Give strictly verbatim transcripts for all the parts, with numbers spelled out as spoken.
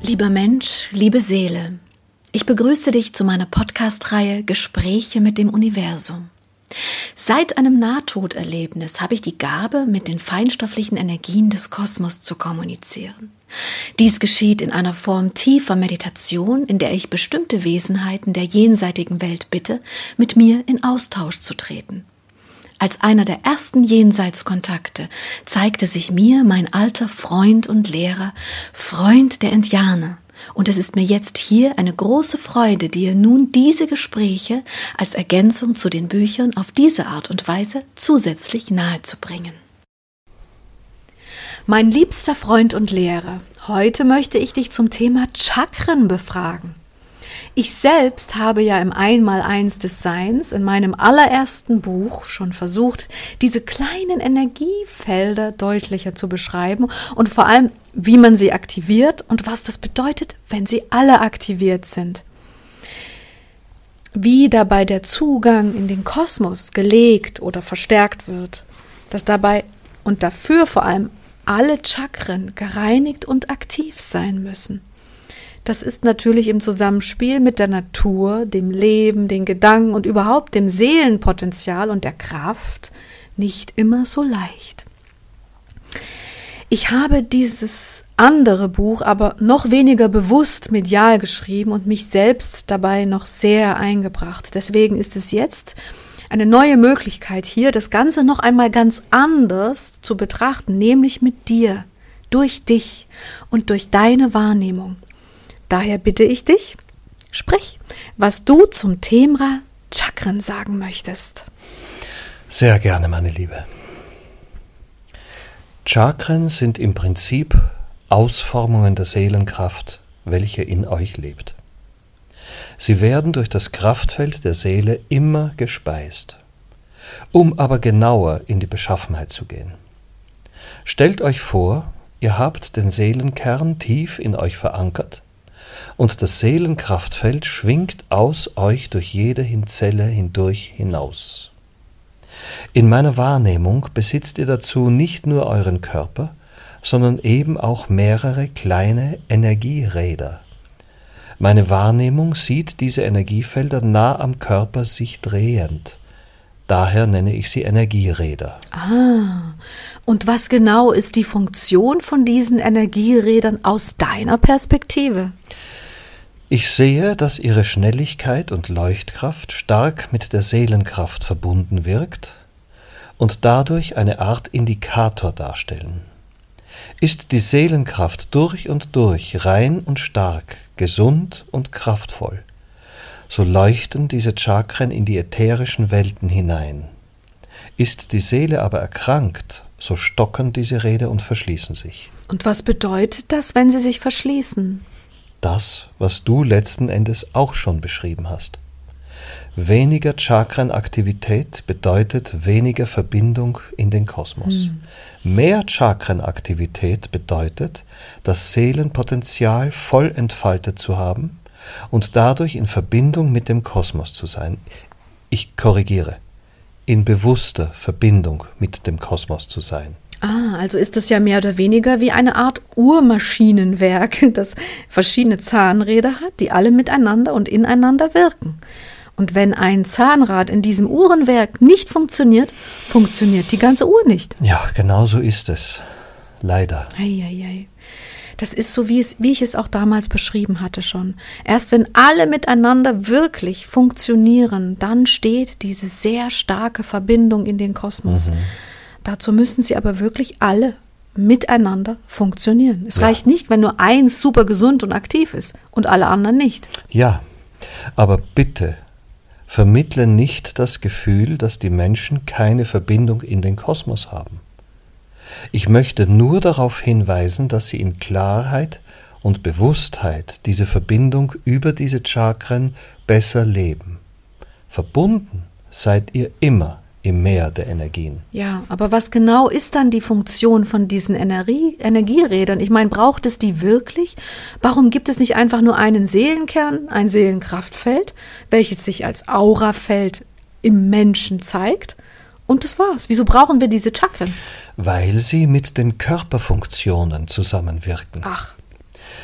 Lieber Mensch, liebe Seele, ich begrüße dich zu meiner Podcast-Reihe Gespräche mit dem Universum. Seit einem Nahtoderlebnis habe ich die Gabe, mit den feinstofflichen Energien des Kosmos zu kommunizieren. Dies geschieht in einer Form tiefer Meditation, in der ich bestimmte Wesenheiten der jenseitigen Welt bitte, mit mir in Austausch zu treten. Als einer der ersten Jenseitskontakte zeigte sich mir mein alter Freund und Lehrer, Freund der Indianer. Und es ist mir jetzt hier eine große Freude, dir nun diese Gespräche als Ergänzung zu den Büchern auf diese Art und Weise zusätzlich nahezubringen. Mein liebster Freund und Lehrer, heute möchte ich dich zum Thema Chakren befragen. Ich selbst habe ja im Einmaleins des Seins in meinem allerersten Buch schon versucht, diese kleinen Energiefelder deutlicher zu beschreiben und vor allem, wie man sie aktiviert und was das bedeutet, wenn sie alle aktiviert sind. Wie dabei der Zugang in den Kosmos gelegt oder verstärkt wird, dass dabei und dafür vor allem alle Chakren gereinigt und aktiv sein müssen. Das ist natürlich im Zusammenspiel mit der Natur, dem Leben, den Gedanken und überhaupt dem Seelenpotenzial und der Kraft nicht immer so leicht. Ich habe dieses andere Buch aber noch weniger bewusst medial geschrieben und mich selbst dabei noch sehr eingebracht. Deswegen ist es jetzt eine neue Möglichkeit hier, das Ganze noch einmal ganz anders zu betrachten, nämlich mit dir, durch dich und durch deine Wahrnehmung. Daher bitte ich dich, sprich, was du zum Thema Chakren sagen möchtest. Sehr gerne, meine Liebe. Chakren sind im Prinzip Ausformungen der Seelenkraft, welche in euch lebt. Sie werden durch das Kraftfeld der Seele immer gespeist. Um aber genauer in die Beschaffenheit zu gehen. Stellt euch vor, ihr habt den Seelenkern tief in euch verankert, und das Seelenkraftfeld schwingt aus euch durch jede Zelle hindurch hinaus. In meiner Wahrnehmung besitzt ihr dazu nicht nur euren Körper, sondern eben auch mehrere kleine Energieräder. Meine Wahrnehmung sieht diese Energiefelder nah am Körper sich drehend. Daher nenne ich sie Energieräder. Ah, und was genau ist die Funktion von diesen Energierädern aus deiner Perspektive? Ich sehe, dass ihre Schnelligkeit und Leuchtkraft stark mit der Seelenkraft verbunden wirkt und dadurch eine Art Indikator darstellen. Ist die Seelenkraft durch und durch rein und stark, gesund und kraftvoll, so leuchten diese Chakren in die ätherischen Welten hinein. Ist die Seele aber erkrankt, so stocken diese Räder und verschließen sich. Und was bedeutet das, wenn sie sich verschließen? Das, was du letzten Endes auch schon beschrieben hast. Weniger Chakrenaktivität bedeutet weniger Verbindung in den Kosmos. Hm. Mehr Chakrenaktivität bedeutet, das Seelenpotenzial voll entfaltet zu haben und dadurch in Verbindung mit dem Kosmos zu sein. Ich korrigiere, in bewusster Verbindung mit dem Kosmos zu sein. Ah, also ist es ja mehr oder weniger wie eine Art Uhrmaschinenwerk, das verschiedene Zahnräder hat, die alle miteinander und ineinander wirken. Und wenn ein Zahnrad in diesem Uhrenwerk nicht funktioniert, funktioniert die ganze Uhr nicht. Ja, genau so ist es. Leider. Ei, ei, ei. Das ist so, wie, es, wie ich es auch damals beschrieben hatte schon. Erst wenn alle miteinander wirklich funktionieren, dann steht diese sehr starke Verbindung in den Kosmos. Mhm. Dazu müssen sie aber wirklich alle miteinander funktionieren. Es ja. reicht nicht, wenn nur eins super gesund und aktiv ist und alle anderen nicht. Ja, aber bitte vermittle nicht das Gefühl, dass die Menschen keine Verbindung in den Kosmos haben. Ich möchte nur darauf hinweisen, dass sie in Klarheit und Bewusstheit diese Verbindung über diese Chakren besser leben. Verbunden seid ihr immer im Meer der Energien. Ja, aber was genau ist dann die Funktion von diesen Energie- Energierädern? Ich meine, braucht es die wirklich? Warum gibt es nicht einfach nur einen Seelenkern, ein Seelenkraftfeld, welches sich als Aurafeld im Menschen zeigt? Und das war's. Wieso brauchen wir diese Chakren? Weil sie mit den Körperfunktionen zusammenwirken. Ach.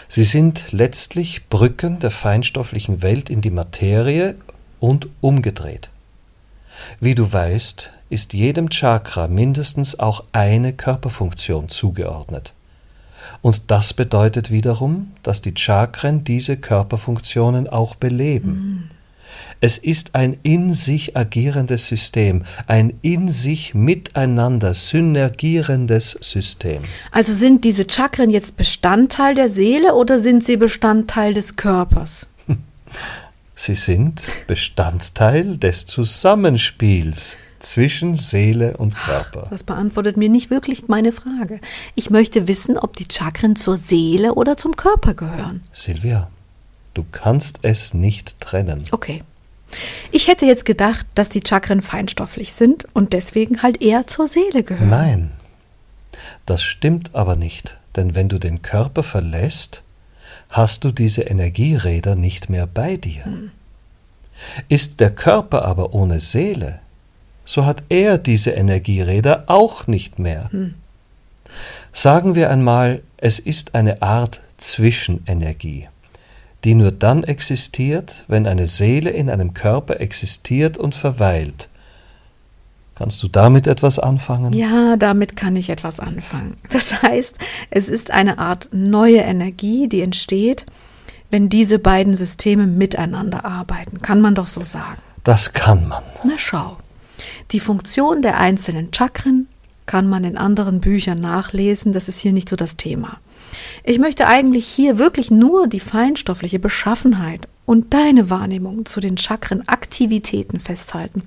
Sie sind letztlich Brücken der feinstofflichen Welt in die Materie und umgedreht. Wie du weißt, ist jedem Chakra mindestens auch eine Körperfunktion zugeordnet. Und das bedeutet wiederum, dass die Chakren diese Körperfunktionen auch beleben. Mhm. Es ist ein in sich agierendes System, ein in sich miteinander synergierendes System. Also sind diese Chakren jetzt Bestandteil der Seele oder sind sie Bestandteil des Körpers? Sie sind Bestandteil des Zusammenspiels zwischen Seele und Körper. Ach, das beantwortet mir nicht wirklich meine Frage. Ich möchte wissen, ob die Chakren zur Seele oder zum Körper gehören. Silvia, du kannst es nicht trennen. Okay. Ich hätte jetzt gedacht, dass die Chakren feinstofflich sind und deswegen halt eher zur Seele gehören. Nein, das stimmt aber nicht, denn wenn du den Körper verlässt, hast du diese Energieräder nicht mehr bei dir. Hm. Ist der Körper aber ohne Seele, so hat er diese Energieräder auch nicht mehr. Hm. Sagen wir einmal, es ist eine Art Zwischenenergie, die nur dann existiert, wenn eine Seele in einem Körper existiert und verweilt. Kannst du damit etwas anfangen? Ja, damit kann ich etwas anfangen. Das heißt, es ist eine Art neue Energie, die entsteht, wenn diese beiden Systeme miteinander arbeiten. Kann man doch so sagen. Das kann man. Na schau. Die Funktion der einzelnen Chakren kann man in anderen Büchern nachlesen, das ist hier nicht so das Thema. Ich möchte eigentlich hier wirklich nur die feinstoffliche Beschaffenheit und deine Wahrnehmung zu den Chakrenaktivitäten festhalten.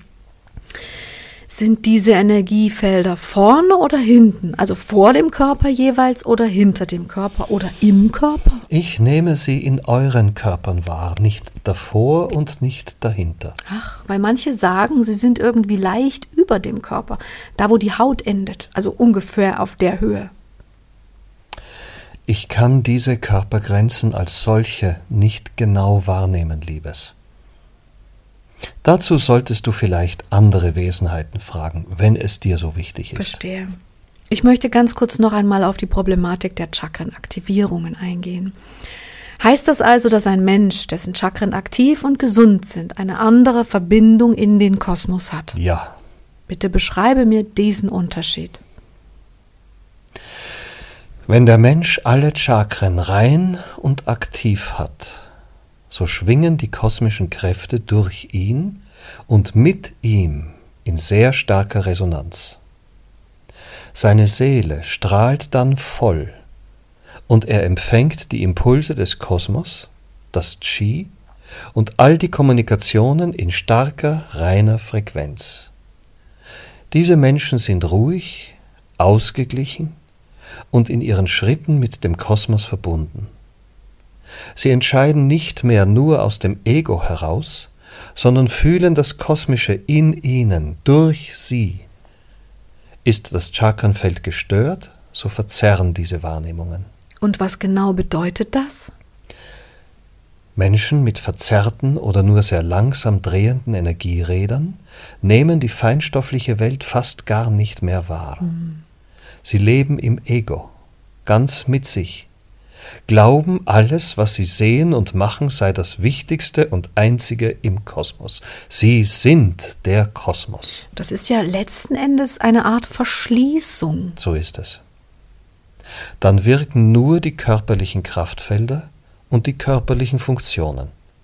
Sind diese Energiefelder vorne oder hinten, also vor dem Körper jeweils oder hinter dem Körper oder im Körper? Ich nehme sie in euren Körpern wahr, nicht davor und nicht dahinter. Ach, weil manche sagen, sie sind irgendwie leicht über dem Körper, da wo die Haut endet, also ungefähr auf der Höhe. Ich kann diese Körpergrenzen als solche nicht genau wahrnehmen, Liebes. Dazu solltest du vielleicht andere Wesenheiten fragen, wenn es dir so wichtig ist. Verstehe. Ich möchte ganz kurz noch einmal auf die Problematik der Chakrenaktivierungen eingehen. Heißt das also, dass ein Mensch, dessen Chakren aktiv und gesund sind, eine andere Verbindung in den Kosmos hat? Ja. Bitte beschreibe mir diesen Unterschied. Wenn der Mensch alle Chakren rein und aktiv hat, so schwingen die kosmischen Kräfte durch ihn und mit ihm in sehr starker Resonanz. Seine Seele strahlt dann voll und er empfängt die Impulse des Kosmos, das Qi und all die Kommunikationen in starker, reiner Frequenz. Diese Menschen sind ruhig, ausgeglichen und in ihren Schritten mit dem Kosmos verbunden. Sie entscheiden nicht mehr nur aus dem Ego heraus, sondern fühlen das Kosmische in ihnen, durch sie. Ist das Chakrenfeld gestört, so verzerren diese Wahrnehmungen. Und was genau bedeutet das? Menschen mit verzerrten oder nur sehr langsam drehenden Energierädern nehmen die feinstoffliche Welt fast gar nicht mehr wahr. Mhm. Sie leben im Ego, ganz mit sich. Glauben, alles, was sie sehen und machen, sei das Wichtigste und Einzige im Kosmos. Sie sind der Kosmos. Das ist ja letzten Endes eine Art Verschließung. So ist es. Dann wirken nur die körperlichen Kraftfelder und die körperlichen Funktionen.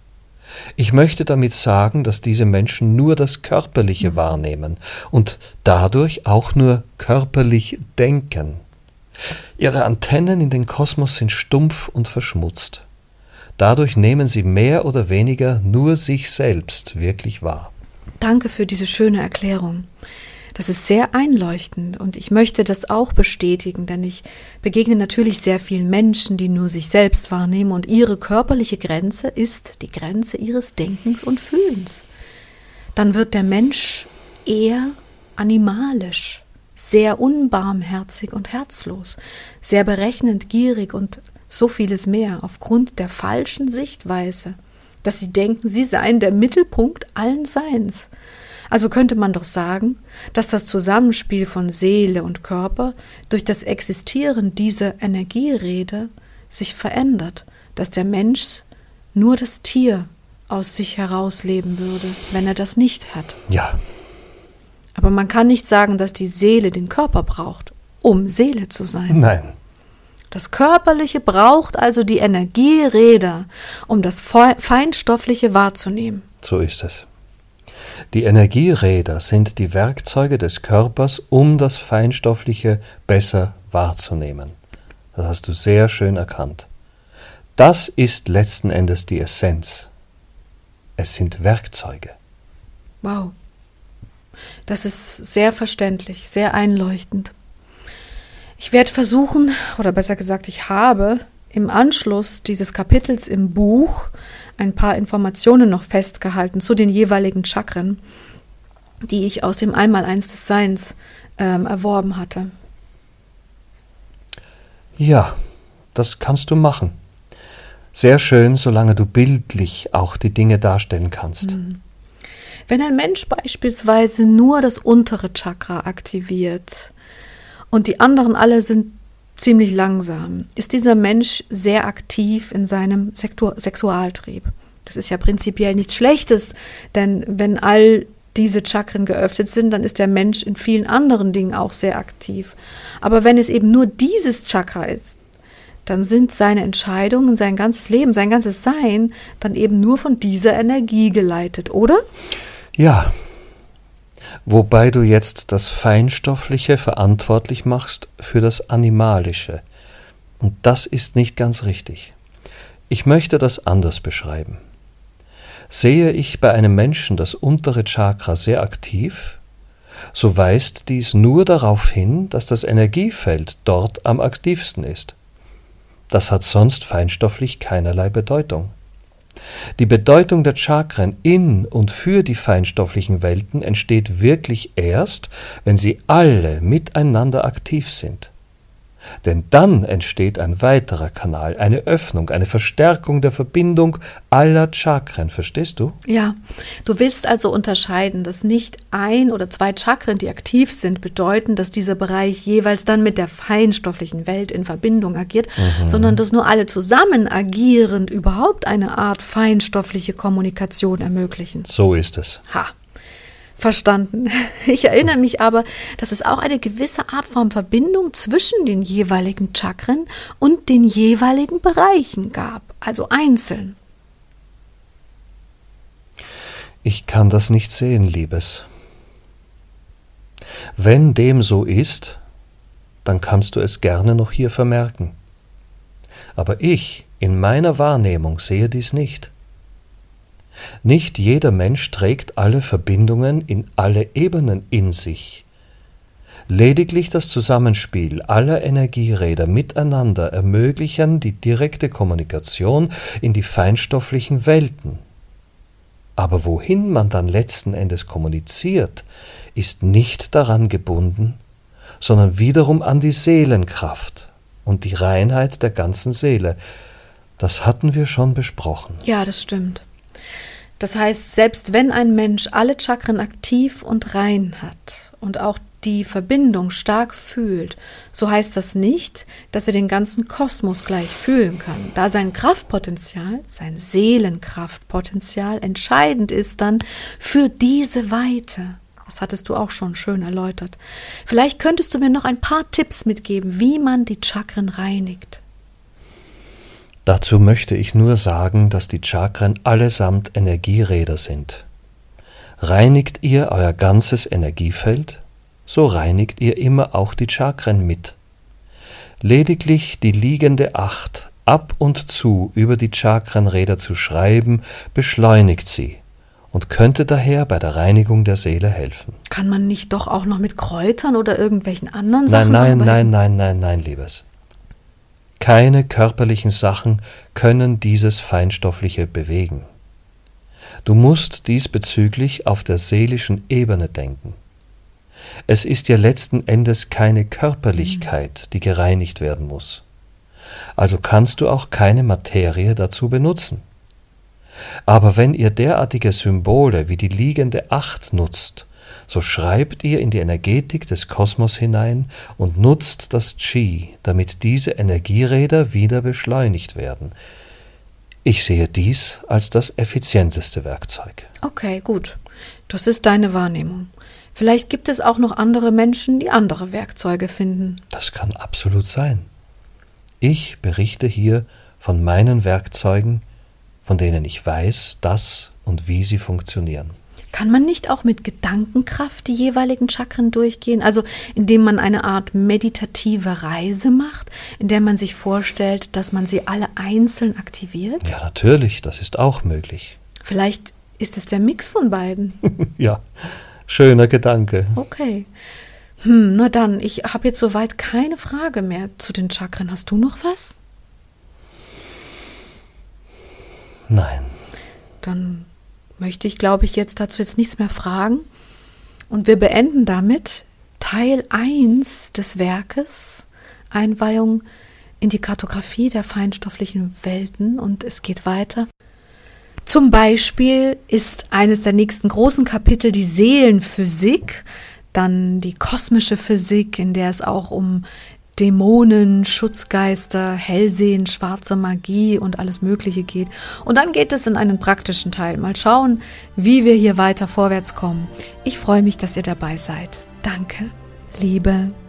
Ich möchte damit sagen, dass diese Menschen nur das Körperliche mhm. wahrnehmen und dadurch auch nur körperlich denken. Ihre Antennen in den Kosmos sind stumpf und verschmutzt. Dadurch nehmen sie mehr oder weniger nur sich selbst wirklich wahr. Danke für diese schöne Erklärung. Das ist sehr einleuchtend und ich möchte das auch bestätigen, denn ich begegne natürlich sehr vielen Menschen, die nur sich selbst wahrnehmen und ihre körperliche Grenze ist die Grenze ihres Denkens und Fühlens. Dann wird der Mensch eher animalisch, sehr unbarmherzig und herzlos, sehr berechnend, gierig und so vieles mehr aufgrund der falschen Sichtweise, dass sie denken, sie seien der Mittelpunkt allen Seins. Also könnte man doch sagen, dass das Zusammenspiel von Seele und Körper durch das Existieren dieser Energieräder sich verändert, dass der Mensch nur das Tier aus sich herausleben würde, wenn er das nicht hat. Ja. Aber man kann nicht sagen, dass die Seele den Körper braucht, um Seele zu sein. Nein. Das Körperliche braucht also die Energieräder, um das Feinstoffliche wahrzunehmen. So ist es. Die Energieräder sind die Werkzeuge des Körpers, um das Feinstoffliche besser wahrzunehmen. Das hast du sehr schön erkannt. Das ist letzten Endes die Essenz. Es sind Werkzeuge. Wow. Das ist sehr verständlich, sehr einleuchtend. Ich werde versuchen, oder besser gesagt, ich habe im Anschluss dieses Kapitels im Buch ein paar Informationen noch festgehalten zu den jeweiligen Chakren, die ich aus dem Einmaleins des Seins ähm, erworben hatte. Ja, das kannst du machen. Sehr schön, solange du bildlich auch die Dinge darstellen kannst. Mhm. Wenn ein Mensch beispielsweise nur das untere Chakra aktiviert und die anderen alle sind ziemlich langsam, ist dieser Mensch sehr aktiv in seinem Sektor- Sexualtrieb. Das ist ja prinzipiell nichts Schlechtes, denn wenn all diese Chakren geöffnet sind, dann ist der Mensch in vielen anderen Dingen auch sehr aktiv. Aber wenn es eben nur dieses Chakra ist, dann sind seine Entscheidungen, sein ganzes Leben, sein ganzes Sein dann eben nur von dieser Energie geleitet, oder? Ja, wobei du jetzt das Feinstoffliche verantwortlich machst für das Animalische. Und das ist nicht ganz richtig. Ich möchte das anders beschreiben. Sehe ich bei einem Menschen das untere Chakra sehr aktiv, so weist dies nur darauf hin, dass das Energiefeld dort am aktivsten ist. Das hat sonst feinstofflich keinerlei Bedeutung. Die Bedeutung der Chakren in und für die feinstofflichen Welten entsteht wirklich erst, wenn sie alle miteinander aktiv sind. Denn dann entsteht ein weiterer Kanal, eine Öffnung, eine Verstärkung der Verbindung aller Chakren. Verstehst du? Ja, du willst also unterscheiden, dass nicht ein oder zwei Chakren, die aktiv sind, bedeuten, dass dieser Bereich jeweils dann mit der feinstofflichen Welt in Verbindung agiert, mhm. sondern dass nur alle zusammen agierend überhaupt eine Art feinstoffliche Kommunikation ermöglichen. So ist es. Ha. Verstanden. Ich erinnere mich aber, dass es auch eine gewisse Art von Verbindung zwischen den jeweiligen Chakren und den jeweiligen Bereichen gab, also einzeln. Ich kann das nicht sehen, Liebes. Wenn dem so ist, dann kannst du es gerne noch hier vermerken. Aber ich, in meiner Wahrnehmung, sehe dies nicht. Nicht jeder Mensch trägt alle Verbindungen in alle Ebenen in sich. Lediglich das Zusammenspiel aller Energieräder miteinander ermöglichen die direkte Kommunikation in die feinstofflichen Welten. Aber wohin man dann letzten Endes kommuniziert, ist nicht daran gebunden, sondern wiederum an die Seelenkraft und die Reinheit der ganzen Seele. Das hatten wir schon besprochen. Ja, das stimmt. Das heißt, selbst wenn ein Mensch alle Chakren aktiv und rein hat und auch die Verbindung stark fühlt, so heißt das nicht, dass er den ganzen Kosmos gleich fühlen kann, da sein Kraftpotenzial, sein Seelenkraftpotenzial entscheidend ist dann für diese Weite. Das hattest du auch schon schön erläutert. Vielleicht könntest du mir noch ein paar Tipps mitgeben, wie man die Chakren reinigt. Dazu möchte ich nur sagen, dass die Chakren allesamt Energieräder sind. Reinigt ihr euer ganzes Energiefeld, so reinigt ihr immer auch die Chakren mit. Lediglich die liegende Acht ab und zu über die Chakrenräder zu schreiben, beschleunigt sie und könnte daher bei der Reinigung der Seele helfen. Kann man nicht doch auch noch mit Kräutern oder irgendwelchen anderen nein, Sachen nein, arbeiten? Nein, nein, nein, nein, Liebes. Keine körperlichen Sachen können dieses Feinstoffliche bewegen. Du musst diesbezüglich auf der seelischen Ebene denken. Es ist ja letzten Endes keine Körperlichkeit, die gereinigt werden muss. Also kannst du auch keine Materie dazu benutzen. Aber wenn ihr derartige Symbole wie die liegende Acht nutzt, so schreibt ihr in die Energetik des Kosmos hinein und nutzt das Qi, damit diese Energieräder wieder beschleunigt werden. Ich sehe dies als das effizienteste Werkzeug. Okay, gut. Das ist deine Wahrnehmung. Vielleicht gibt es auch noch andere Menschen, die andere Werkzeuge finden. Das kann absolut sein. Ich berichte hier von meinen Werkzeugen, von denen ich weiß, dass und wie sie funktionieren. Kann man nicht auch mit Gedankenkraft die jeweiligen Chakren durchgehen? Also indem man eine Art meditative Reise macht, in der man sich vorstellt, dass man sie alle einzeln aktiviert? Ja, natürlich, das ist auch möglich. Vielleicht ist es der Mix von beiden. Ja, schöner Gedanke. Okay. Hm, na dann, ich habe jetzt soweit keine Frage mehr zu den Chakren. Hast du noch was? Nein. Dann möchte ich, glaube ich, jetzt dazu jetzt nichts mehr fragen. Und wir beenden damit Teil eins des Werkes, Einweihung in die Kartografie der feinstofflichen Welten. Und es geht weiter. Zum Beispiel ist eines der nächsten großen Kapitel die Seelenphysik, dann die kosmische Physik, in der es auch um Dämonen, Schutzgeister, Hellsehen, schwarze Magie und alles Mögliche geht. Und dann geht es in einen praktischen Teil. Mal schauen, wie wir hier weiter vorwärts kommen. Ich freue mich, dass ihr dabei seid. Danke, Liebe.